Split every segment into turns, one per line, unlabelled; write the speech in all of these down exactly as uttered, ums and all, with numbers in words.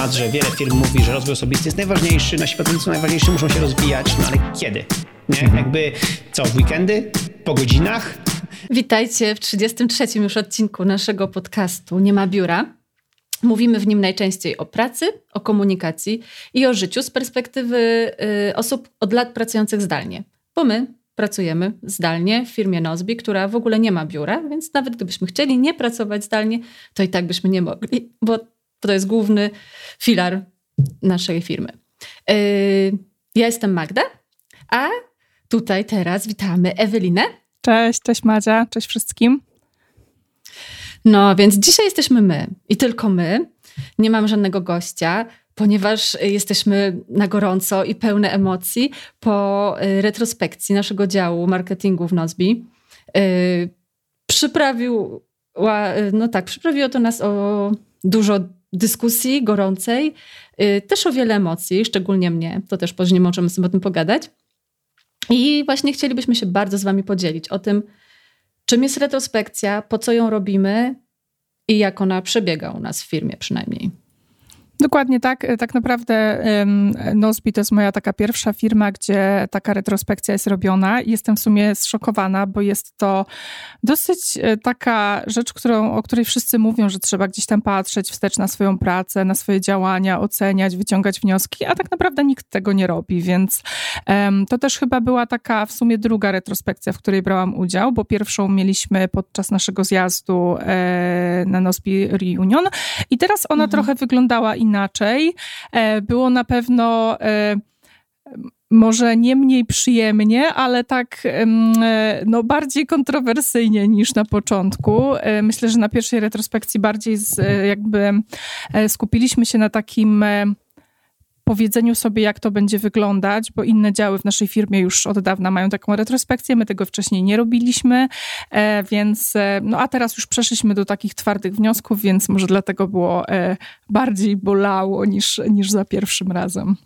temat, że wiele firm mówi, że rozwój osobisty jest najważniejszy, nasi pracownicy są najważniejsi, muszą się rozwijać, no ale kiedy? Nie? Jakby co, w weekendy? Po godzinach?
Witajcie w trzydziestym trzecim już odcinku naszego podcastu Nie ma biura. Mówimy w nim najczęściej o pracy, o komunikacji i o życiu z perspektywy y, osób od lat pracujących zdalnie. Bo my pracujemy zdalnie w firmie Nozbi, która w ogóle nie ma biura, więc nawet gdybyśmy chcieli nie pracować zdalnie, to i tak byśmy nie mogli, bo to jest główny filar naszej firmy. Y, ja jestem Magda, a tutaj teraz witamy Ewelinę.
Cześć, cześć Madzia, cześć wszystkim.
No, więc dzisiaj jesteśmy my i tylko my. Nie mam żadnego gościa, ponieważ jesteśmy na gorąco i pełne emocji po retrospekcji naszego działu marketingu w Nozbi. Yy, przyprawił, no tak, przyprawiło to nas o dużo dyskusji gorącej, yy, też o wiele emocji, szczególnie mnie, to też później możemy sobie o tym pogadać. I właśnie chcielibyśmy się bardzo z wami podzielić o tym, czym jest retrospekcja, po co ją robimy i jak ona przebiega u nas w firmie przynajmniej.
Dokładnie tak. Tak naprawdę um, Nozbi to jest moja taka pierwsza firma, gdzie taka retrospekcja jest robiona. Jestem w sumie zszokowana, bo jest to dosyć taka rzecz, którą, o której wszyscy mówią, że trzeba gdzieś tam patrzeć wstecz na swoją pracę, na swoje działania, oceniać, wyciągać wnioski, a tak naprawdę nikt tego nie robi, więc um, to też chyba była taka w sumie druga retrospekcja, w której brałam udział, bo pierwszą mieliśmy podczas naszego zjazdu e, na Nozbi Reunion i teraz ona mhm. trochę wyglądała inaczej. Było na pewno może nie mniej przyjemnie, ale tak no, bardziej kontrowersyjnie niż na początku. Myślę, że na pierwszej retrospekcji bardziej z, jakby skupiliśmy się na takim powiedzeniu sobie, jak to będzie wyglądać, bo inne działy w naszej firmie już od dawna mają taką retrospekcję, my tego wcześniej nie robiliśmy, e, więc e, no a teraz już przeszliśmy do takich twardych wniosków, więc może dlatego było e, bardziej bolało niż, niż za pierwszym razem.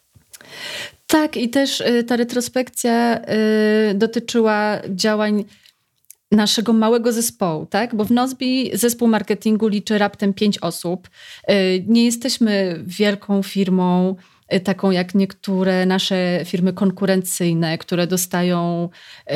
Tak, i też y, ta retrospekcja y, dotyczyła działań naszego małego zespołu, tak? Bo w Nozbi zespół marketingu liczy raptem pięć osób. Nie jesteśmy wielką firmą, taką jak niektóre nasze firmy konkurencyjne, które dostają yy,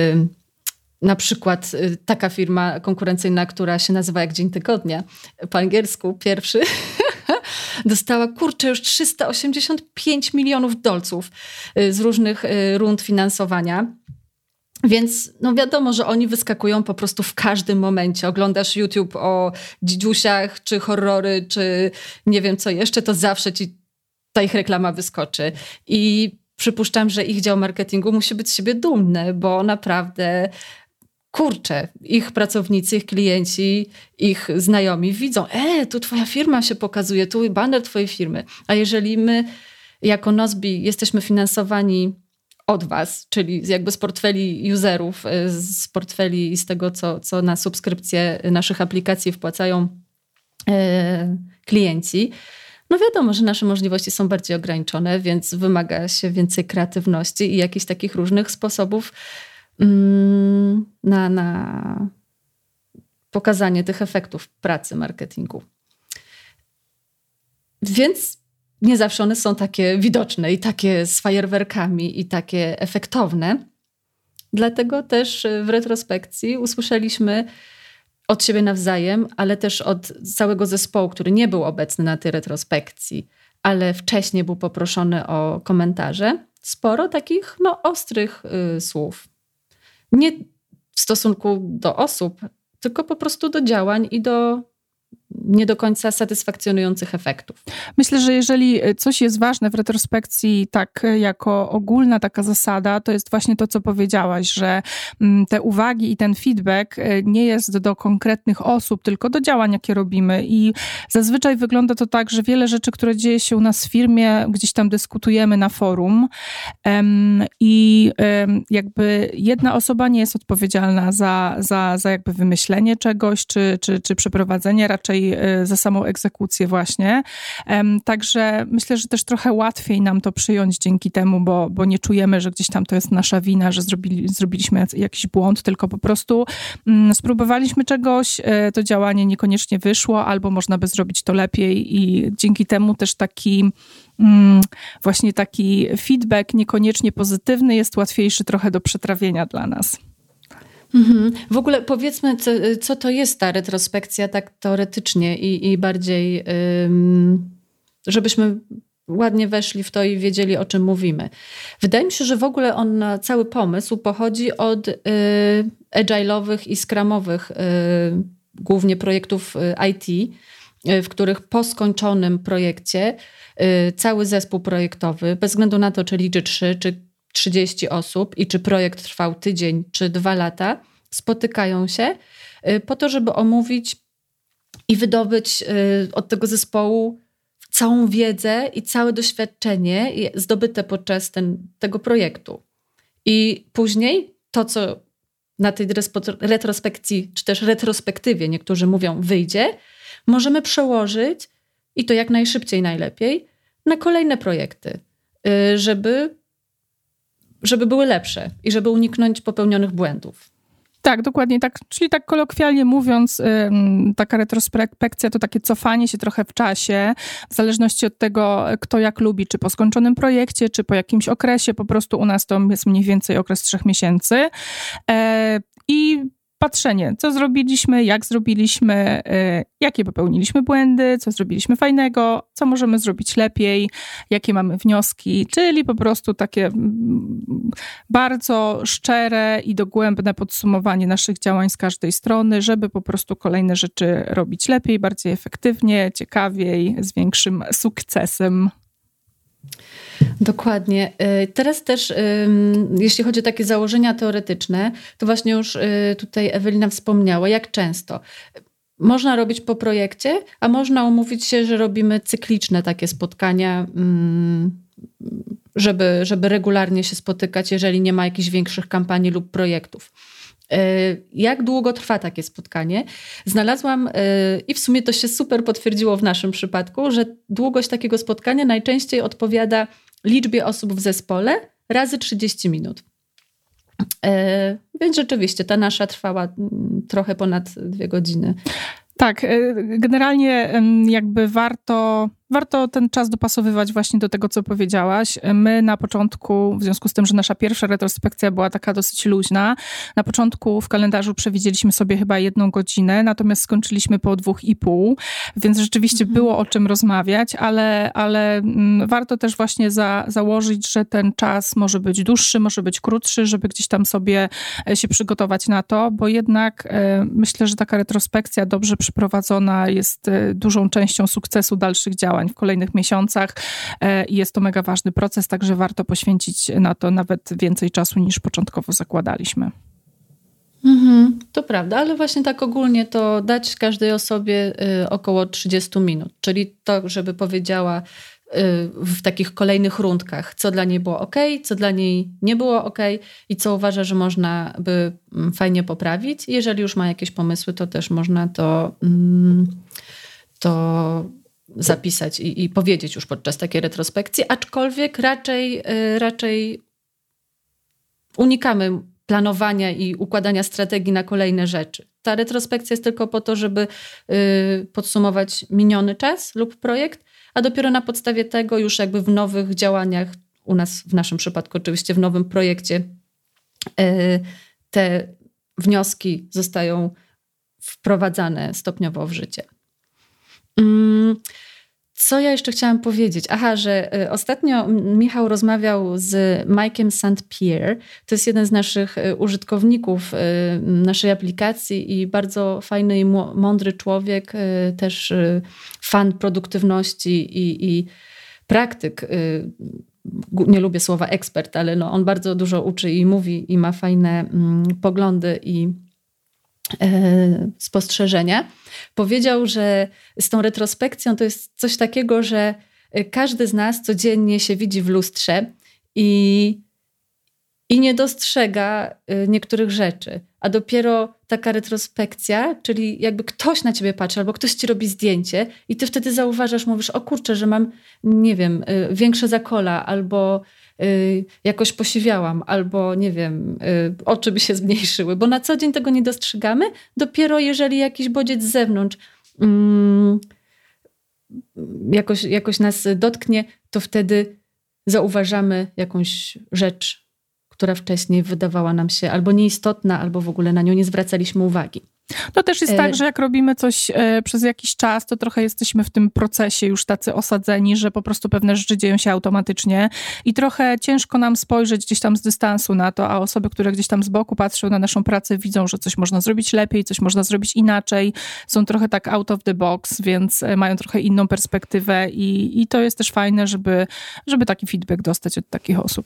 na przykład taka firma konkurencyjna, która się nazywa jak Dzień Tygodnia, po angielsku pierwszy, dostała, kurczę, już trzysta osiemdziesiąt pięć milionów dolców z różnych rund finansowania. Więc no wiadomo, że oni wyskakują po prostu w każdym momencie. Oglądasz YouTube o dzidziusiach, czy horrory, czy nie wiem co jeszcze, to zawsze ci ta ich reklama wyskoczy. I przypuszczam, że ich dział marketingu musi być z siebie dumny, bo naprawdę, kurczę, ich pracownicy, ich klienci, ich znajomi widzą, e, tu twoja firma się pokazuje, tu baner twojej firmy. A jeżeli my jako Nozbi jesteśmy finansowani od was, czyli jakby z portfeli userów, z portfeli i z tego, co, co na subskrypcję naszych aplikacji wpłacają e, klienci, no wiadomo, że nasze możliwości są bardziej ograniczone, więc wymaga się więcej kreatywności i jakichś takich różnych sposobów mm, na, na pokazanie tych efektów pracy marketingu. Więc nie zawsze one są takie widoczne i takie z fajerwerkami i takie efektowne. Dlatego też w retrospekcji usłyszeliśmy od siebie nawzajem, ale też od całego zespołu, który nie był obecny na tej retrospekcji, ale wcześniej był poproszony o komentarze, sporo takich no, ostrych y, słów. Nie w stosunku do osób, tylko po prostu do działań i do nie do końca satysfakcjonujących efektów.
Myślę, że jeżeli coś jest ważne w retrospekcji, tak jako ogólna taka zasada, to jest właśnie to, co powiedziałaś, że te uwagi i ten feedback nie jest do konkretnych osób, tylko do działań, jakie robimy. I zazwyczaj wygląda to tak, że wiele rzeczy, które dzieje się u nas w firmie, gdzieś tam dyskutujemy na forum um, i um, jakby jedna osoba nie jest odpowiedzialna za, za, za jakby wymyślenie czegoś, czy, czy, czy przeprowadzenie, raczej bardziej za samą egzekucję właśnie. Także myślę, że też trochę łatwiej nam to przyjąć dzięki temu, bo, bo nie czujemy, że gdzieś tam to jest nasza wina, że zrobili, zrobiliśmy jakiś błąd, tylko po prostu mm, spróbowaliśmy czegoś, to działanie niekoniecznie wyszło, albo można by zrobić to lepiej i dzięki temu też taki mm, właśnie taki feedback niekoniecznie pozytywny jest łatwiejszy trochę do przetrawienia dla nas.
Mhm. W ogóle powiedzmy, co, co to jest ta retrospekcja tak teoretycznie i, i bardziej, ym, żebyśmy ładnie weszli w to i wiedzieli, o czym mówimy. Wydaje mi się, że w ogóle on, cały pomysł pochodzi od y, agile'owych i scrumowych y, głównie projektów I T, y, w których po skończonym projekcie y, cały zespół projektowy, bez względu na to, czy liczy trzy, czy trzydzieści osób i czy projekt trwał tydzień, czy dwa lata, spotykają się y, po to, żeby omówić i wydobyć y, od tego zespołu całą wiedzę i całe doświadczenie zdobyte podczas ten, tego projektu. I później to, co na tej retrospekcji, czy też retrospektywie, niektórzy mówią, wyjdzie, możemy przełożyć, i to jak najszybciej, najlepiej, na kolejne projekty, żeby, żeby były lepsze i żeby uniknąć popełnionych błędów.
Tak, dokładnie tak. Czyli tak kolokwialnie mówiąc, taka retrospekcja to takie cofanie się trochę w czasie, w zależności od tego, kto jak lubi, czy po skończonym projekcie, czy po jakimś okresie, po prostu u nas to jest mniej więcej okres trzech miesięcy. I patrzenie, co zrobiliśmy, jak zrobiliśmy, jakie popełniliśmy błędy, co zrobiliśmy fajnego, co możemy zrobić lepiej, jakie mamy wnioski, czyli po prostu takie bardzo szczere i dogłębne podsumowanie naszych działań z każdej strony, żeby po prostu kolejne rzeczy robić lepiej, bardziej efektywnie, ciekawiej, z większym sukcesem.
Dokładnie. Teraz też, jeśli chodzi o takie założenia teoretyczne, to właśnie już tutaj Ewelina wspomniała, jak często. Można robić po projekcie, a można umówić się, że robimy cykliczne takie spotkania, żeby, żeby regularnie się spotykać, jeżeli nie ma jakichś większych kampanii lub projektów. Jak długo trwa takie spotkanie? Znalazłam i w sumie to się super potwierdziło w naszym przypadku, że długość takiego spotkania najczęściej odpowiada liczbie osób w zespole razy trzydzieści minut. Więc rzeczywiście ta nasza trwała trochę ponad dwie godziny.
Tak, generalnie jakby warto, warto ten czas dopasowywać właśnie do tego, co powiedziałaś. My na początku, w związku z tym, że nasza pierwsza retrospekcja była taka dosyć luźna, na początku w kalendarzu przewidzieliśmy sobie chyba jedną godzinę, natomiast skończyliśmy po dwóch i pół, więc rzeczywiście mhm. było o czym rozmawiać, ale, ale warto też właśnie za, założyć, że ten czas może być dłuższy, może być krótszy, żeby gdzieś tam sobie się przygotować na to, bo jednak e, myślę, że taka retrospekcja dobrze przeprowadzona jest dużą częścią sukcesu dalszych działań w kolejnych miesiącach i jest to mega ważny proces, także warto poświęcić na to nawet więcej czasu niż początkowo zakładaliśmy.
Mhm, to prawda, ale właśnie tak ogólnie to dać każdej osobie około trzydzieści minut, czyli to, żeby powiedziała w takich kolejnych rundkach, co dla niej było ok, co dla niej nie było ok i co uważa, że można by fajnie poprawić. Jeżeli już ma jakieś pomysły, to też można to, to zapisać i, i powiedzieć już podczas takiej retrospekcji, aczkolwiek raczej, raczej unikamy planowania i układania strategii na kolejne rzeczy. Ta retrospekcja jest tylko po to, żeby podsumować miniony czas lub projekt, a dopiero na podstawie tego już jakby w nowych działaniach, u nas w naszym przypadku oczywiście w nowym projekcie, te wnioski zostają wprowadzane stopniowo w życie. Co ja jeszcze chciałam powiedzieć? Aha, że ostatnio Michał rozmawiał z Mike'em Saint Pierre. To jest jeden z naszych użytkowników naszej aplikacji i bardzo fajny i mądry człowiek, też fan produktywności i, i praktyk. Nie lubię słowa ekspert, ale no, on bardzo dużo uczy i mówi i ma fajne poglądy i spostrzeżenia. Powiedział, że z tą retrospekcją to jest coś takiego, że każdy z nas codziennie się widzi w lustrze i, i nie dostrzega niektórych rzeczy. a dopiero taka retrospekcja, czyli jakby ktoś na ciebie patrzy, albo ktoś ci robi zdjęcie i ty wtedy zauważasz, mówisz, o kurczę, że mam, nie wiem, y, większe zakola, albo y, jakoś posiwiałam, albo nie wiem, y, oczy by się zmniejszyły, bo na co dzień tego nie dostrzegamy, dopiero jeżeli jakiś bodziec z zewnątrz mm, jakoś, jakoś nas dotknie, to wtedy zauważamy jakąś rzecz, która wcześniej wydawała nam się albo nieistotna, albo w ogóle na nią nie zwracaliśmy uwagi.
To też jest tak, że jak robimy coś przez jakiś czas, to trochę jesteśmy w tym procesie już tacy osadzeni, że po prostu pewne rzeczy dzieją się automatycznie i trochę ciężko nam spojrzeć gdzieś tam z dystansu na to, a osoby, które gdzieś tam z boku patrzą na naszą pracę, widzą, że coś można zrobić lepiej, coś można zrobić inaczej, są trochę tak out of the box, więc mają trochę inną perspektywę i, i to jest też fajne, żeby, żeby taki feedback dostać od takich osób.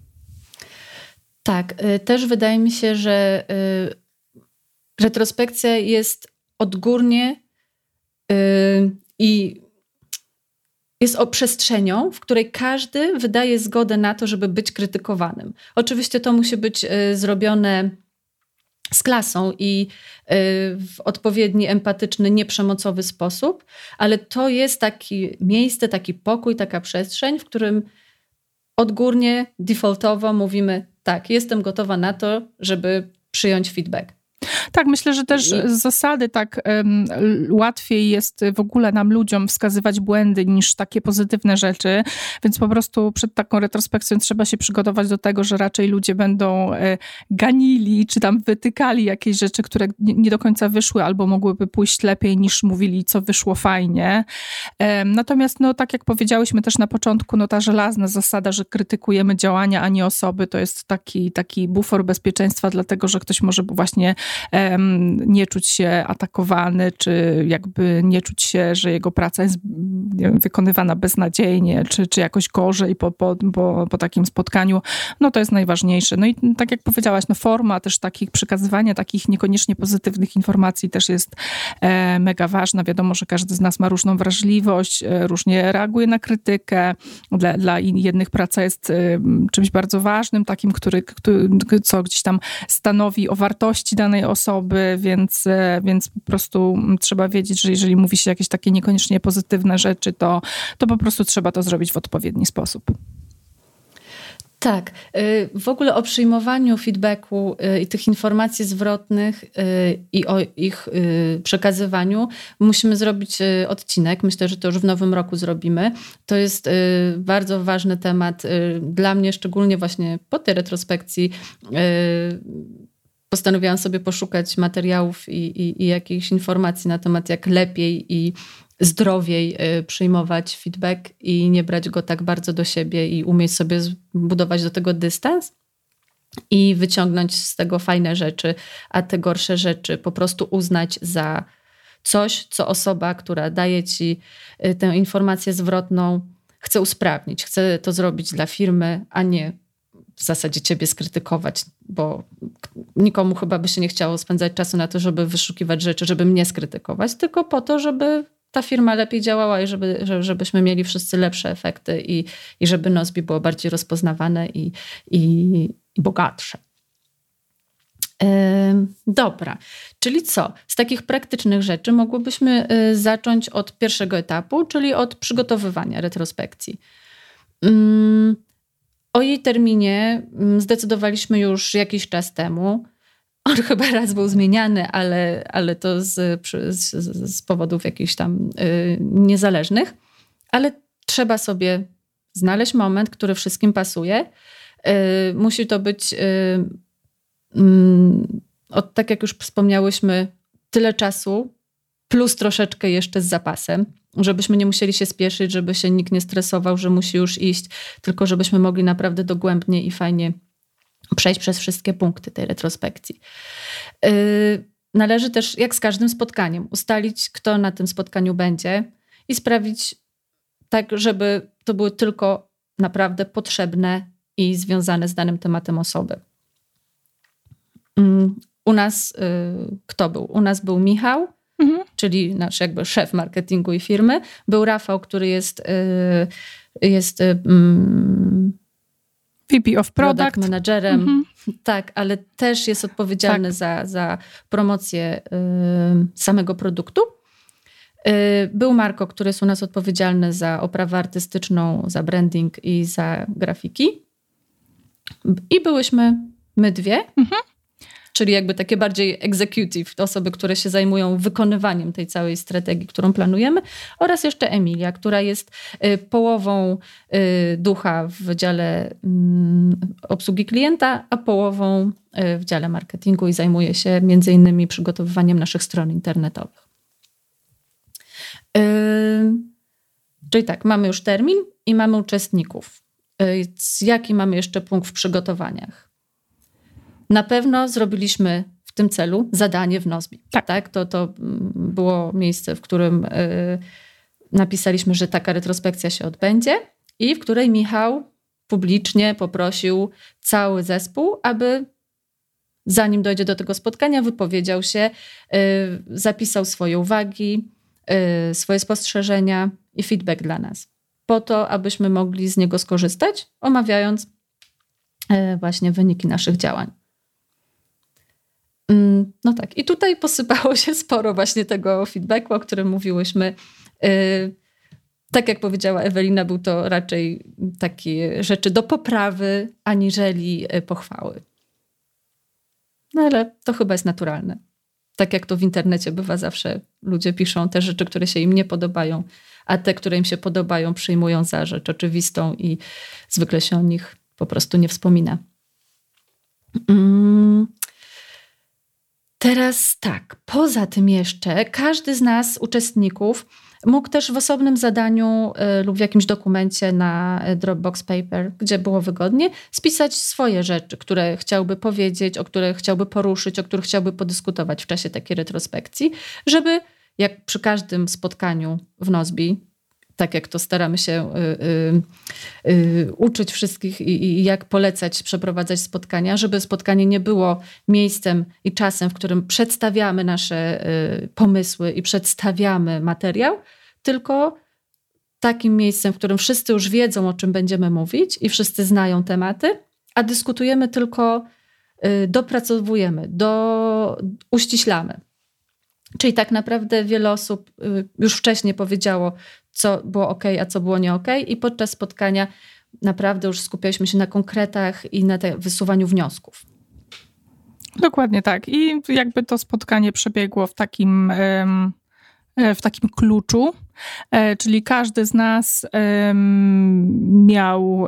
Tak, też wydaje mi się, że retrospekcja jest odgórnie yy, i jest o przestrzenią, w której każdy wydaje zgodę na to, żeby być krytykowanym. Oczywiście to musi być yy, zrobione z klasą i yy, w odpowiedni, empatyczny, nieprzemocowy sposób, ale to jest takie miejsce, taki pokój, taka przestrzeń, w którym odgórnie, defaultowo mówimy tak, jestem gotowa na to, żeby przyjąć feedback.
Tak, myślę, że też z zasady tak um, łatwiej jest w ogóle nam ludziom wskazywać błędy niż takie pozytywne rzeczy, więc po prostu przed taką retrospekcją trzeba się przygotować do tego, że raczej ludzie będą e, ganili, czy tam wytykali jakieś rzeczy, które nie, nie do końca wyszły albo mogłyby pójść lepiej niż mówili, co wyszło fajnie. E, natomiast no tak jak powiedziałyśmy też na początku, no ta żelazna zasada, że krytykujemy działania, a nie osoby, to jest taki, taki bufor bezpieczeństwa, dlatego, że ktoś może właśnie nie czuć się atakowany, czy jakby nie czuć się, że jego praca jest nie wiem, wykonywana beznadziejnie, czy, czy jakoś gorzej po, po, po, po takim spotkaniu. No to jest najważniejsze. No i tak jak powiedziałaś, no forma też takich przekazywania takich niekoniecznie pozytywnych informacji też jest e, mega ważna. Wiadomo, że każdy z nas ma różną wrażliwość, e, różnie reaguje na krytykę. Dla, dla jednych praca jest e, czymś bardzo ważnym, takim, który, który, co gdzieś tam stanowi o wartości danej osoby, więc, więc po prostu trzeba wiedzieć, że jeżeli mówi się jakieś takie niekoniecznie pozytywne rzeczy, to, to po prostu trzeba to zrobić w odpowiedni sposób.
Tak. W ogóle o przyjmowaniu feedbacku i tych informacji zwrotnych i o ich przekazywaniu musimy zrobić odcinek. Myślę, że to już w nowym roku zrobimy. To jest bardzo ważny temat dla mnie, szczególnie właśnie po tej retrospekcji. Postanowiłam sobie poszukać materiałów i, i, i jakichś informacji na temat, jak lepiej i zdrowiej przyjmować feedback i nie brać go tak bardzo do siebie i umieć sobie zbudować do tego dystans i wyciągnąć z tego fajne rzeczy, a te gorsze rzeczy po prostu uznać za coś, co osoba, która daje ci tę informację zwrotną, chce usprawnić, chce to zrobić dla firmy, a nie w zasadzie ciebie skrytykować, bo nikomu chyba by się nie chciało spędzać czasu na to, żeby wyszukiwać rzeczy, żeby mnie skrytykować, tylko po to, żeby ta firma lepiej działała i żeby, żebyśmy mieli wszyscy lepsze efekty i, i żeby Nozbe było bardziej rozpoznawane i, i, i bogatsze. Yy, dobra, czyli co? Z takich praktycznych rzeczy mogłybyśmy yy, zacząć od pierwszego etapu, czyli od przygotowywania retrospekcji. Yy, O jej terminie zdecydowaliśmy już jakiś czas temu. On chyba raz był zmieniany, ale, ale to z, z, z powodów jakichś tam y, niezależnych. Ale trzeba sobie znaleźć moment, który wszystkim pasuje. Y, musi to być, y, y, od, tak jak już wspomniałyśmy, tyle czasu plus troszeczkę jeszcze z zapasem, żebyśmy nie musieli się spieszyć, żeby się nikt nie stresował, że musi już iść, tylko żebyśmy mogli naprawdę dogłębnie i fajnie przejść przez wszystkie punkty tej retrospekcji. Yy, należy też, jak z każdym spotkaniem, ustalić, kto na tym spotkaniu będzie i sprawić tak, żeby to były tylko naprawdę potrzebne i związane z danym tematem osoby. Yy, u nas yy, kto był? U nas był Michał, Mhm. czyli nasz jakby szef marketingu i firmy. Był Rafał, który jest, jest
V P of Product.
Product managerem. Mhm. Tak, ale też jest odpowiedzialny
tak.
za, za promocję y, samego produktu. Y, był Marko, który jest u nas odpowiedzialny za oprawę artystyczną, za branding i za grafiki. I byłyśmy my dwie. Mhm. Czyli jakby takie bardziej executive, osoby, które się zajmują wykonywaniem tej całej strategii, którą planujemy, oraz jeszcze Emilia, która jest połową ducha w dziale obsługi klienta, a połową w dziale marketingu i zajmuje się między innymi przygotowywaniem naszych stron internetowych. Czyli tak, mamy już termin i mamy uczestników. Jaki mamy jeszcze punkt w przygotowaniach? Na pewno zrobiliśmy w tym celu zadanie w Nozbi. Tak. tak? To, to było miejsce, w którym y, napisaliśmy, że taka retrospekcja się odbędzie i w której Michał publicznie poprosił cały zespół, aby zanim dojdzie do tego spotkania, wypowiedział się, y, zapisał swoje uwagi, y, swoje spostrzeżenia i feedback dla nas. Po to, abyśmy mogli z niego skorzystać, omawiając y, właśnie wyniki naszych działań. No tak, i tutaj posypało się sporo właśnie tego feedbacku, o którym mówiłyśmy. Tak jak powiedziała Ewelina, był to raczej takie rzeczy do poprawy, aniżeli pochwały. No ale to chyba jest naturalne. Tak jak to w internecie bywa zawsze. Ludzie piszą te rzeczy, które się im nie podobają, a te, które im się podobają, przyjmują za rzecz oczywistą i zwykle się o nich po prostu nie wspomina. Mm. Teraz tak, poza tym jeszcze każdy z nas, uczestników, mógł też w osobnym zadaniu y, lub w jakimś dokumencie na Dropbox Paper, gdzie było wygodnie, spisać swoje rzeczy, które chciałby powiedzieć, o których chciałby poruszyć, o których chciałby podyskutować w czasie takiej retrospekcji, żeby jak przy każdym spotkaniu w Nozbi, tak jak to staramy się y, y, y, uczyć wszystkich i, i jak polecać, przeprowadzać spotkania, żeby spotkanie nie było miejscem i czasem, w którym przedstawiamy nasze y, pomysły i przedstawiamy materiał, tylko takim miejscem, w którym wszyscy już wiedzą, o czym będziemy mówić i wszyscy znają tematy, a dyskutujemy tylko, y, dopracowujemy, do, uściślamy. Czyli tak naprawdę wiele osób y, już wcześniej powiedziało, co było ok, a co było nie ok. I podczas spotkania naprawdę już skupialiśmy się na konkretach i na te wysuwaniu wniosków.
Dokładnie tak. I jakby to spotkanie przebiegło w takim, w takim kluczu, czyli każdy z nas miał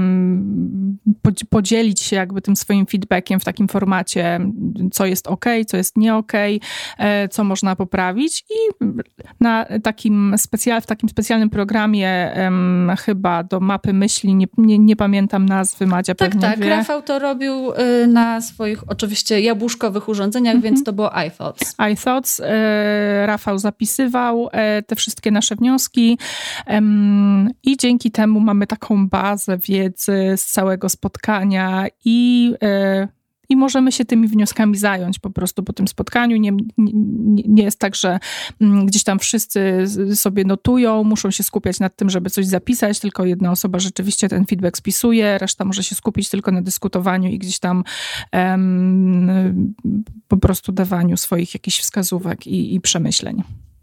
podzielić się jakby tym swoim feedbackiem w takim formacie, co jest ok, co jest nie ok, co można poprawić i na takim specjal, w takim specjalnym programie chyba do mapy myśli, nie, nie, nie pamiętam nazwy, Madzia
tak,
pewnie
tak.
wie.
Rafał to robił na swoich oczywiście jabłuszkowych urządzeniach, mm-hmm. więc to było iThoughts.
iThoughts. Rafał zapisywał te wszystkie nasze wnioski i dzięki temu mamy taką bazę wiedzy z całego spotkania i, i możemy się tymi wnioskami zająć po prostu po tym spotkaniu. Nie, nie, nie jest tak, że gdzieś tam wszyscy sobie notują, muszą się skupiać nad tym, żeby coś zapisać, tylko jedna osoba rzeczywiście ten feedback spisuje, reszta może się skupić tylko na dyskutowaniu i gdzieś tam um, po prostu dawaniu swoich jakichś wskazówek i, i przemyśleń.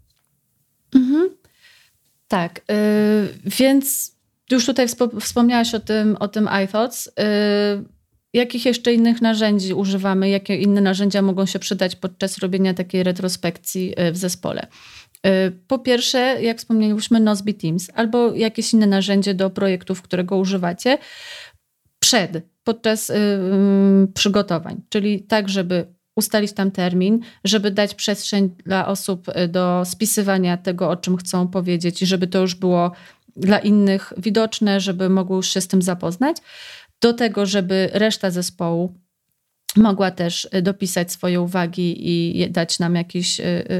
Mhm. Tak, yy, więc już tutaj wspo- wspomniałaś o tym, o tym iThoughts. Yy, jakich jeszcze innych narzędzi używamy? Jakie inne narzędzia mogą się przydać podczas robienia takiej retrospekcji w zespole? Yy, po pierwsze, jak wspomnieliśmy, Nozbi Teams albo jakieś inne narzędzie do projektów, którego używacie przed, podczas yy, przygotowań. Czyli tak, żeby ustalić tam termin, żeby dać przestrzeń dla osób do spisywania tego, o czym chcą powiedzieć i żeby to już było dla innych widoczne, żeby mogły już się z tym zapoznać. Do tego, żeby reszta zespołu mogła też dopisać swoje uwagi i dać nam jakiś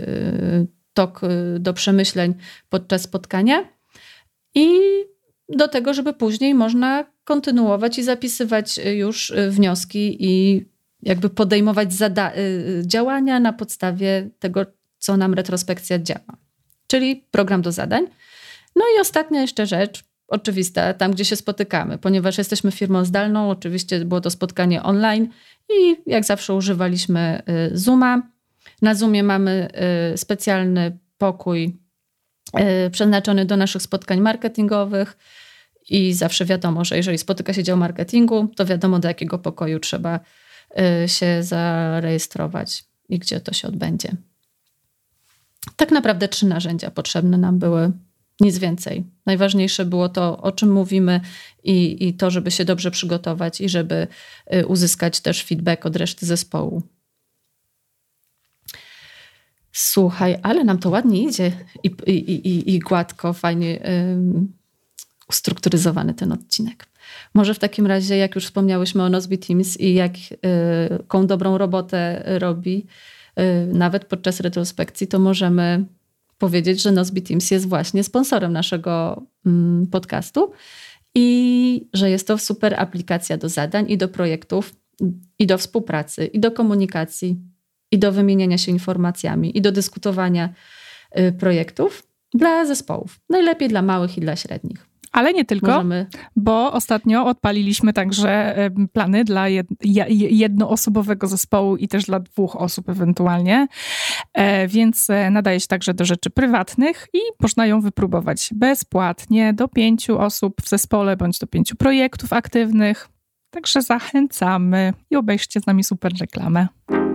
tok do przemyśleń podczas spotkania. I do tego, żeby później można kontynuować i zapisywać już wnioski i jakby podejmować zada- działania na podstawie tego, co nam retrospekcja działa. Czyli program do zadań. No i ostatnia jeszcze rzecz, oczywiste, tam gdzie się spotykamy, ponieważ jesteśmy firmą zdalną, oczywiście było to spotkanie online i jak zawsze używaliśmy Zooma. Na Zoomie mamy specjalny pokój przeznaczony do naszych spotkań marketingowych i zawsze wiadomo, że jeżeli spotyka się dział marketingu, to wiadomo, do jakiego pokoju trzeba się zarejestrować i gdzie to się odbędzie. Tak naprawdę trzy narzędzia potrzebne nam były, nic więcej. Najważniejsze było to, o czym mówimy i, i to, żeby się dobrze przygotować i żeby uzyskać też feedback od reszty zespołu. Słuchaj, ale nam to ładnie idzie i, i, i, i gładko, fajnie um, ustrukturyzowany ten odcinek. Może w takim razie, jak już wspomniałyśmy o Nozbe Teams i jak, y, jaką dobrą robotę robi, y, nawet podczas retrospekcji, to możemy powiedzieć, że Nozbe Teams jest właśnie sponsorem naszego mm, podcastu i że jest to super aplikacja do zadań i do projektów, i do współpracy, i do komunikacji, i do wymieniania się informacjami, i do dyskutowania y, projektów dla zespołów. Najlepiej dla małych i dla średnich.
Ale nie tylko, Możemy... bo ostatnio odpaliliśmy także plany dla jednoosobowego zespołu i też dla dwóch osób ewentualnie, więc nadaje się także do rzeczy prywatnych i można ją wypróbować bezpłatnie do pięciu osób w zespole bądź do pięciu projektów aktywnych. Także zachęcamy i obejrzcie z nami super reklamę.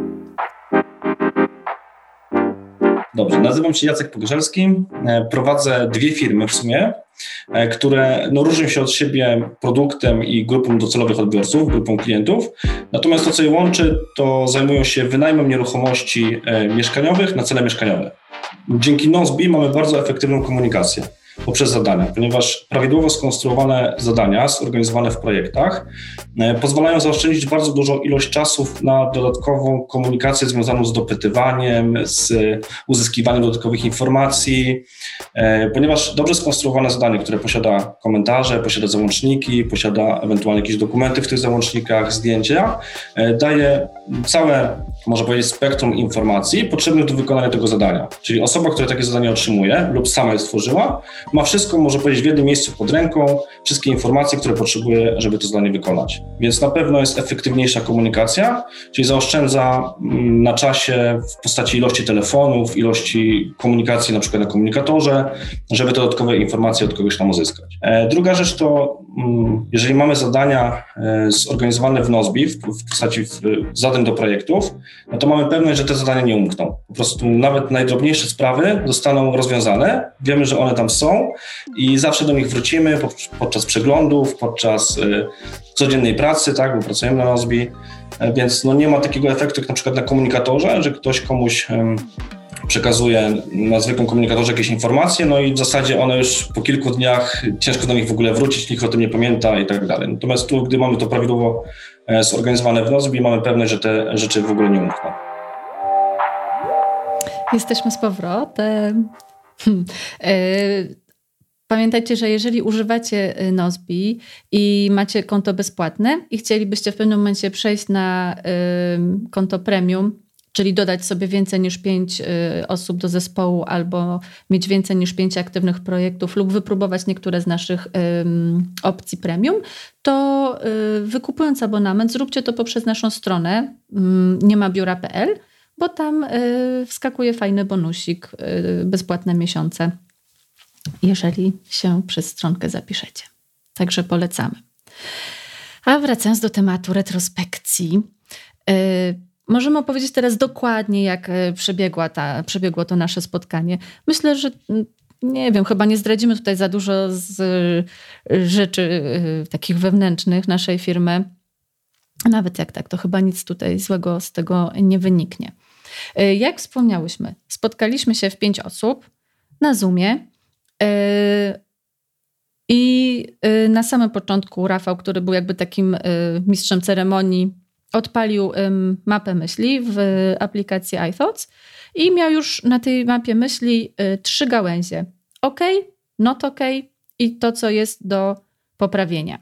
Dobrze, nazywam się Jacek Pogrzelski, prowadzę dwie firmy w sumie, które no, różnią się od siebie produktem i grupą docelowych odbiorców, grupą klientów. Natomiast to, co je łączy, to zajmują się wynajmem nieruchomości mieszkaniowych na cele mieszkaniowe. Dzięki Nozbe mamy bardzo efektywną komunikację poprzez zadania, ponieważ prawidłowo skonstruowane zadania zorganizowane w projektach pozwalają zaoszczędzić bardzo dużą ilość czasu na dodatkową komunikację związaną z dopytywaniem, z uzyskiwaniem dodatkowych informacji, ponieważ dobrze skonstruowane zadanie, które posiada komentarze, posiada załączniki, posiada ewentualnie jakieś dokumenty w tych załącznikach, zdjęcia, daje całe, można powiedzieć, spektrum informacji potrzebnych do wykonania tego zadania. Czyli osoba, która takie zadanie otrzymuje lub sama je stworzyła, ma wszystko, może powiedzieć, w jednym miejscu pod ręką, wszystkie informacje, które potrzebuje, żeby to zadanie wykonać. Więc na pewno jest efektywniejsza komunikacja, czyli zaoszczędza na czasie w postaci ilości telefonów, ilości komunikacji na przykład na komunikatorze, żeby te dodatkowe informacje od kogoś tam uzyskać. Druga rzecz to, jeżeli mamy zadania zorganizowane w Nozbe, w postaci zadań do projektów, no to mamy pewność, że te zadania nie umkną. Po prostu nawet najdrobniejsze sprawy zostaną rozwiązane, wiemy, że one tam są i zawsze do nich wrócimy podczas przeglądów, podczas y, codziennej pracy, tak, bo pracujemy na Nozbe, więc no nie ma takiego efektu jak na przykład na komunikatorze, że ktoś komuś y, przekazuje na zwykłym komunikatorze jakieś informacje, no i w zasadzie one już po kilku dniach ciężko do nich w ogóle wrócić, nikt o tym nie pamięta i tak dalej. Natomiast tu, gdy mamy to prawidłowo y, zorganizowane w Nozbe, mamy pewność, że te rzeczy w ogóle nie umkną.
Jesteśmy z powrotem. Hmm. Pamiętajcie, że jeżeli używacie Nozbe i macie konto bezpłatne i chcielibyście w pewnym momencie przejść na konto premium, czyli dodać sobie więcej niż pięć osób do zespołu albo mieć więcej niż pięć aktywnych projektów lub wypróbować niektóre z naszych opcji premium, to wykupując abonament zróbcie to poprzez naszą stronę niemabiura kropka p l, bo tam wskakuje fajny bonusik, bezpłatne miesiące, jeżeli się przez stronkę zapiszecie. Także polecamy. A wracając do tematu retrospekcji, yy, możemy opowiedzieć teraz dokładnie, jak przebiegła ta, przebiegło to nasze spotkanie. Myślę, że nie wiem, chyba nie zdradzimy tutaj za dużo z rzeczy yy, takich wewnętrznych naszej firmy. Nawet jak tak, to chyba nic tutaj złego z tego nie wyniknie. Yy, jak wspomniałyśmy, spotkaliśmy się w pięć osób na Zoomie. I na samym początku Rafał, który był jakby takim mistrzem ceremonii, odpalił mapę myśli w aplikacji iThoughts i miał już na tej mapie myśli trzy gałęzie. OK, not OK i to, co jest do poprawienia.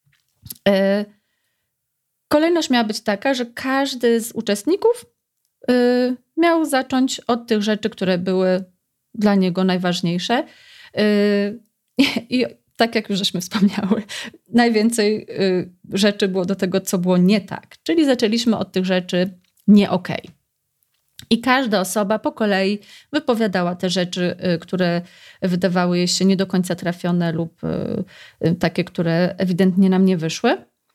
Kolejność miała być taka, że każdy z uczestników miał zacząć od tych rzeczy, które były dla niego najważniejsze. I tak jak już żeśmy wspomniały, najwięcej rzeczy było do tego, co było nie tak. Czyli zaczęliśmy od tych rzeczy nie okej. I każda osoba po kolei wypowiadała te rzeczy, które wydawały jej się nie do końca trafione lub takie, które ewidentnie nam nie wyszły.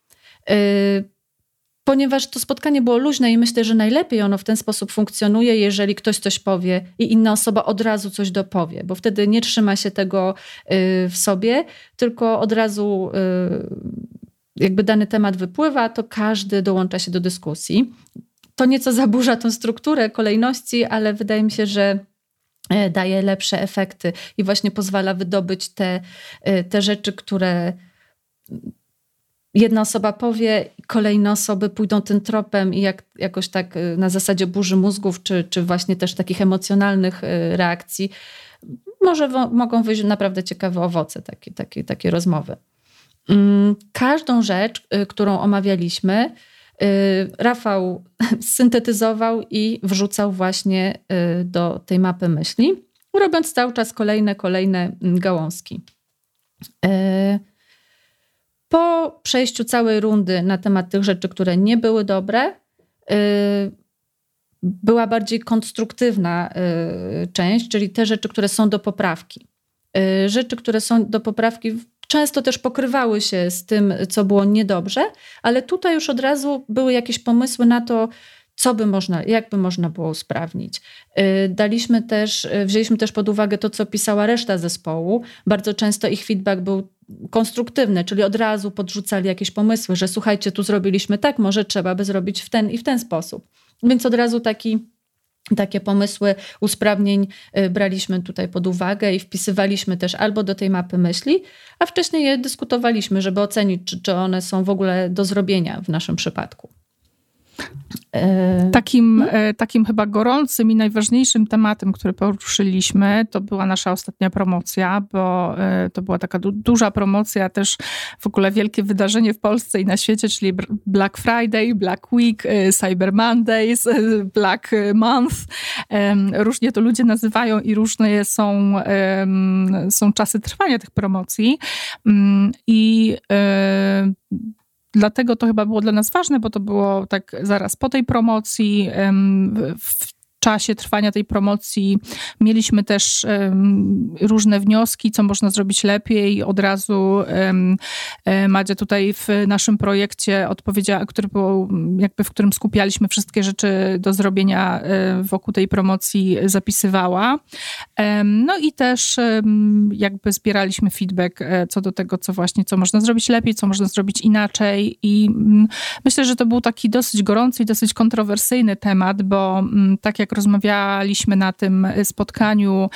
Ponieważ to spotkanie było luźne i myślę, że najlepiej ono w ten sposób funkcjonuje, jeżeli ktoś coś powie i inna osoba od razu coś dopowie, bo wtedy nie trzyma się tego w sobie, tylko od razu jakby dany temat wypływa, to każdy dołącza się do dyskusji. To nieco zaburza tą strukturę kolejności, ale wydaje mi się, że daje lepsze efekty i właśnie pozwala wydobyć te, te rzeczy, które jedna osoba powie, kolejne osoby pójdą tym tropem i jak, jakoś tak na zasadzie burzy mózgów, czy, czy właśnie też takich emocjonalnych reakcji, może w, mogą wyjść naprawdę ciekawe owoce takiej takie, takie rozmowy. Każdą rzecz, którą omawialiśmy, Rafał syntetyzował i wrzucał właśnie do tej mapy myśli, robiąc cały czas kolejne, kolejne gałązki. Po przejściu całej rundy na temat tych rzeczy, które nie były dobre, była bardziej konstruktywna część, czyli te rzeczy, które są do poprawki. Rzeczy, które są do poprawki często też pokrywały się z tym, co było niedobrze, ale tutaj już od razu były jakieś pomysły na to, co by można, jak by można było usprawnić. Daliśmy też, wzięliśmy też pod uwagę to, co pisała reszta zespołu. Bardzo często ich feedback był konstruktywny, czyli od razu podrzucali jakieś pomysły, że słuchajcie, tu zrobiliśmy tak, może trzeba by zrobić w ten i w ten sposób. Więc od razu taki Takie pomysły usprawnień braliśmy tutaj pod uwagę i wpisywaliśmy też albo do tej mapy myśli, a wcześniej je dyskutowaliśmy, żeby ocenić, czy, czy one są w ogóle do zrobienia w naszym przypadku.
Takim, takim chyba gorącym i najważniejszym tematem, który poruszyliśmy, to była nasza ostatnia promocja, bo to była taka du- duża promocja, też w ogóle wielkie wydarzenie w Polsce i na świecie, czyli Black Friday, Black Week, Cyber Mondays, Black Month. Różnie to ludzie nazywają i różne są, są czasy trwania tych promocji. I dlatego to chyba było dla nas ważne, bo to było tak zaraz po tej promocji, w czasie trwania tej promocji mieliśmy też um, różne wnioski, co można zrobić lepiej. Od razu um, Madzia tutaj w naszym projekcie odpowiedziała, który było, jakby w którym skupialiśmy wszystkie rzeczy do zrobienia um, wokół tej promocji, zapisywała. Um, no i też um, jakby zbieraliśmy feedback co do tego, co właśnie, co można zrobić lepiej, co można zrobić inaczej i um, myślę, że to był taki dosyć gorący i dosyć kontrowersyjny temat, bo um, tak jak rozmawialiśmy na tym spotkaniu,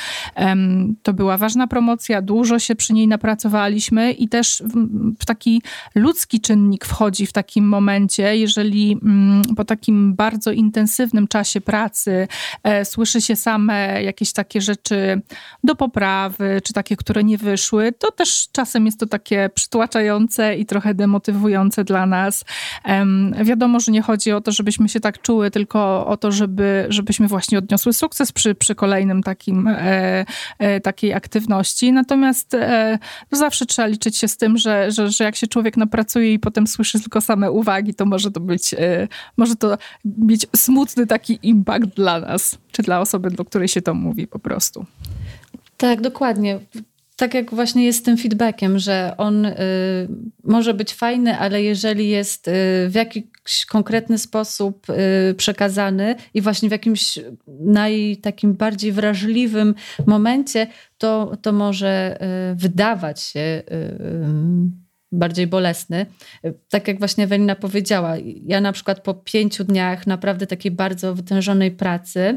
to była ważna promocja, dużo się przy niej napracowaliśmy i też w taki ludzki czynnik wchodzi w takim momencie, jeżeli po takim bardzo intensywnym czasie pracy słyszy się same jakieś takie rzeczy do poprawy, czy takie, które nie wyszły, to też czasem jest to takie przytłaczające i trochę demotywujące dla nas. Wiadomo, że nie chodzi o to, żebyśmy się tak czuły, tylko o to, żeby, żebyśmy właśnie odniosły sukces przy, przy kolejnym takim, e, e, takiej aktywności. Natomiast e, no zawsze trzeba liczyć się z tym, że, że, że jak się człowiek napracuje i potem słyszy tylko same uwagi, to może to być, e, może to mieć smutny taki impact dla nas, czy dla osoby, do której się to mówi po prostu.
Tak, dokładnie. Tak jak właśnie jest z tym feedbackiem, że on y, może być fajny, ale jeżeli jest y, w jakiś konkretny sposób y, przekazany i właśnie w jakimś naj takim bardziej wrażliwym momencie, to, to może y, wydawać się y, y, bardziej bolesny. Tak jak właśnie Ewelina powiedziała, ja na przykład po pięciu dniach naprawdę takiej bardzo wytężonej pracy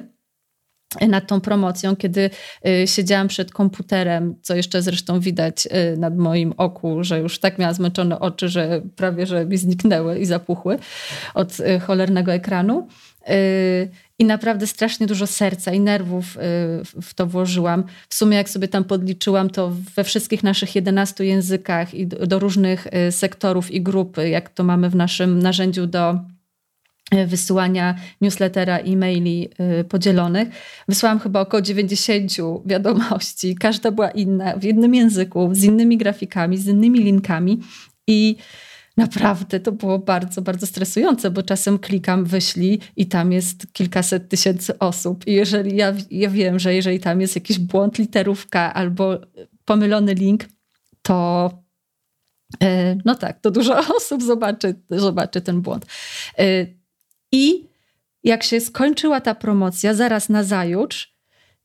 nad tą promocją, kiedy y, siedziałam przed komputerem, co jeszcze zresztą widać y, nad moim oku, że już tak miałam zmęczone oczy, że prawie, że mi zniknęły i zapuchły od y, cholernego ekranu. Y, I naprawdę strasznie dużo serca i nerwów y, w to włożyłam. W sumie jak sobie tam podliczyłam, to we wszystkich naszych jedenastu językach i do, do różnych y, sektorów i grup, jak to mamy w naszym narzędziu do wysyłania newslettera, e-maili podzielonych. Wysłałam chyba około dziewięćdziesiąt wiadomości. Każda była inna, w innym języku, z innymi grafikami, z innymi linkami i naprawdę to było bardzo, bardzo stresujące, bo czasem klikam wyślij i tam jest kilkaset tysięcy osób. I jeżeli ja, ja wiem, że jeżeli tam jest jakiś błąd, literówka albo pomylony link, to no tak, to dużo osób zobaczy, zobaczy ten błąd. I jak się skończyła ta promocja, zaraz nazajutrz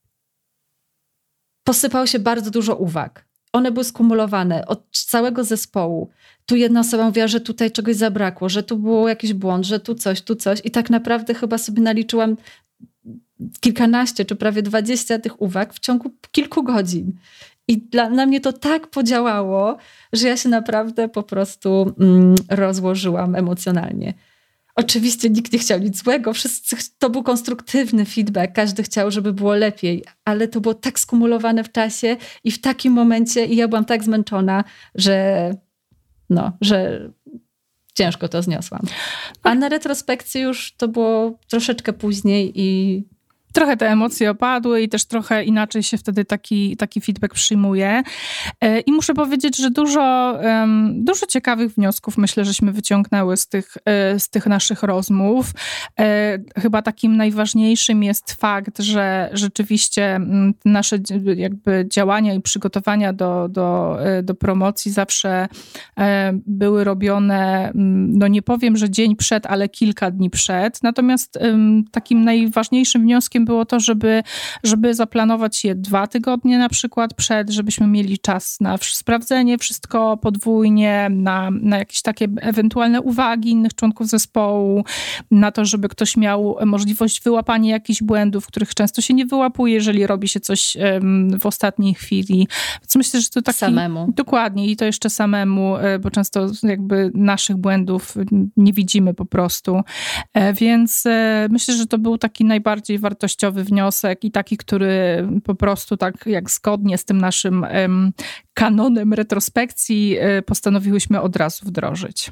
posypało się bardzo dużo uwag. One były skumulowane od całego zespołu. Tu jedna osoba mówiła, że tutaj czegoś zabrakło, że tu był jakiś błąd, że tu coś, tu coś. I tak naprawdę chyba sobie naliczyłam kilkanaście czy prawie dwadzieścia tych uwag w ciągu kilku godzin. I dla, na mnie to tak podziałało, że ja się naprawdę po prostu mm, rozłożyłam emocjonalnie. Oczywiście nikt nie chciał nic złego, wszyscy, to był konstruktywny feedback, każdy chciał, żeby było lepiej, ale to było tak skumulowane w czasie i w takim momencie i ja byłam tak zmęczona, że no, że ciężko to zniosłam. A na retrospekcji już to było troszeczkę później i
trochę te emocje opadły i też trochę inaczej się wtedy taki, taki feedback przyjmuje. I muszę powiedzieć, że dużo, dużo ciekawych wniosków myślę, żeśmy wyciągnęły z tych, z tych naszych rozmów. Chyba takim najważniejszym jest fakt, że rzeczywiście nasze jakby działania i przygotowania do, do, do promocji zawsze były robione, no nie powiem, że dzień przed, ale kilka dni przed. Natomiast takim najważniejszym wnioskiem było to, żeby, żeby zaplanować je dwa tygodnie na przykład przed, żebyśmy mieli czas na sprawdzenie wszystko podwójnie, na, na jakieś takie ewentualne uwagi innych członków zespołu, na to, żeby ktoś miał możliwość wyłapania jakichś błędów, których często się nie wyłapuje, jeżeli robi się coś um, w ostatniej chwili. Więc myślę, że to taki...
Samemu.
Dokładnie i to jeszcze samemu, bo często jakby naszych błędów nie widzimy po prostu. Więc myślę, że to był taki najbardziej wartościowy wniosek i taki, który po prostu tak jak zgodnie z tym naszym um, kanonem retrospekcji um, postanowiłyśmy od razu wdrożyć.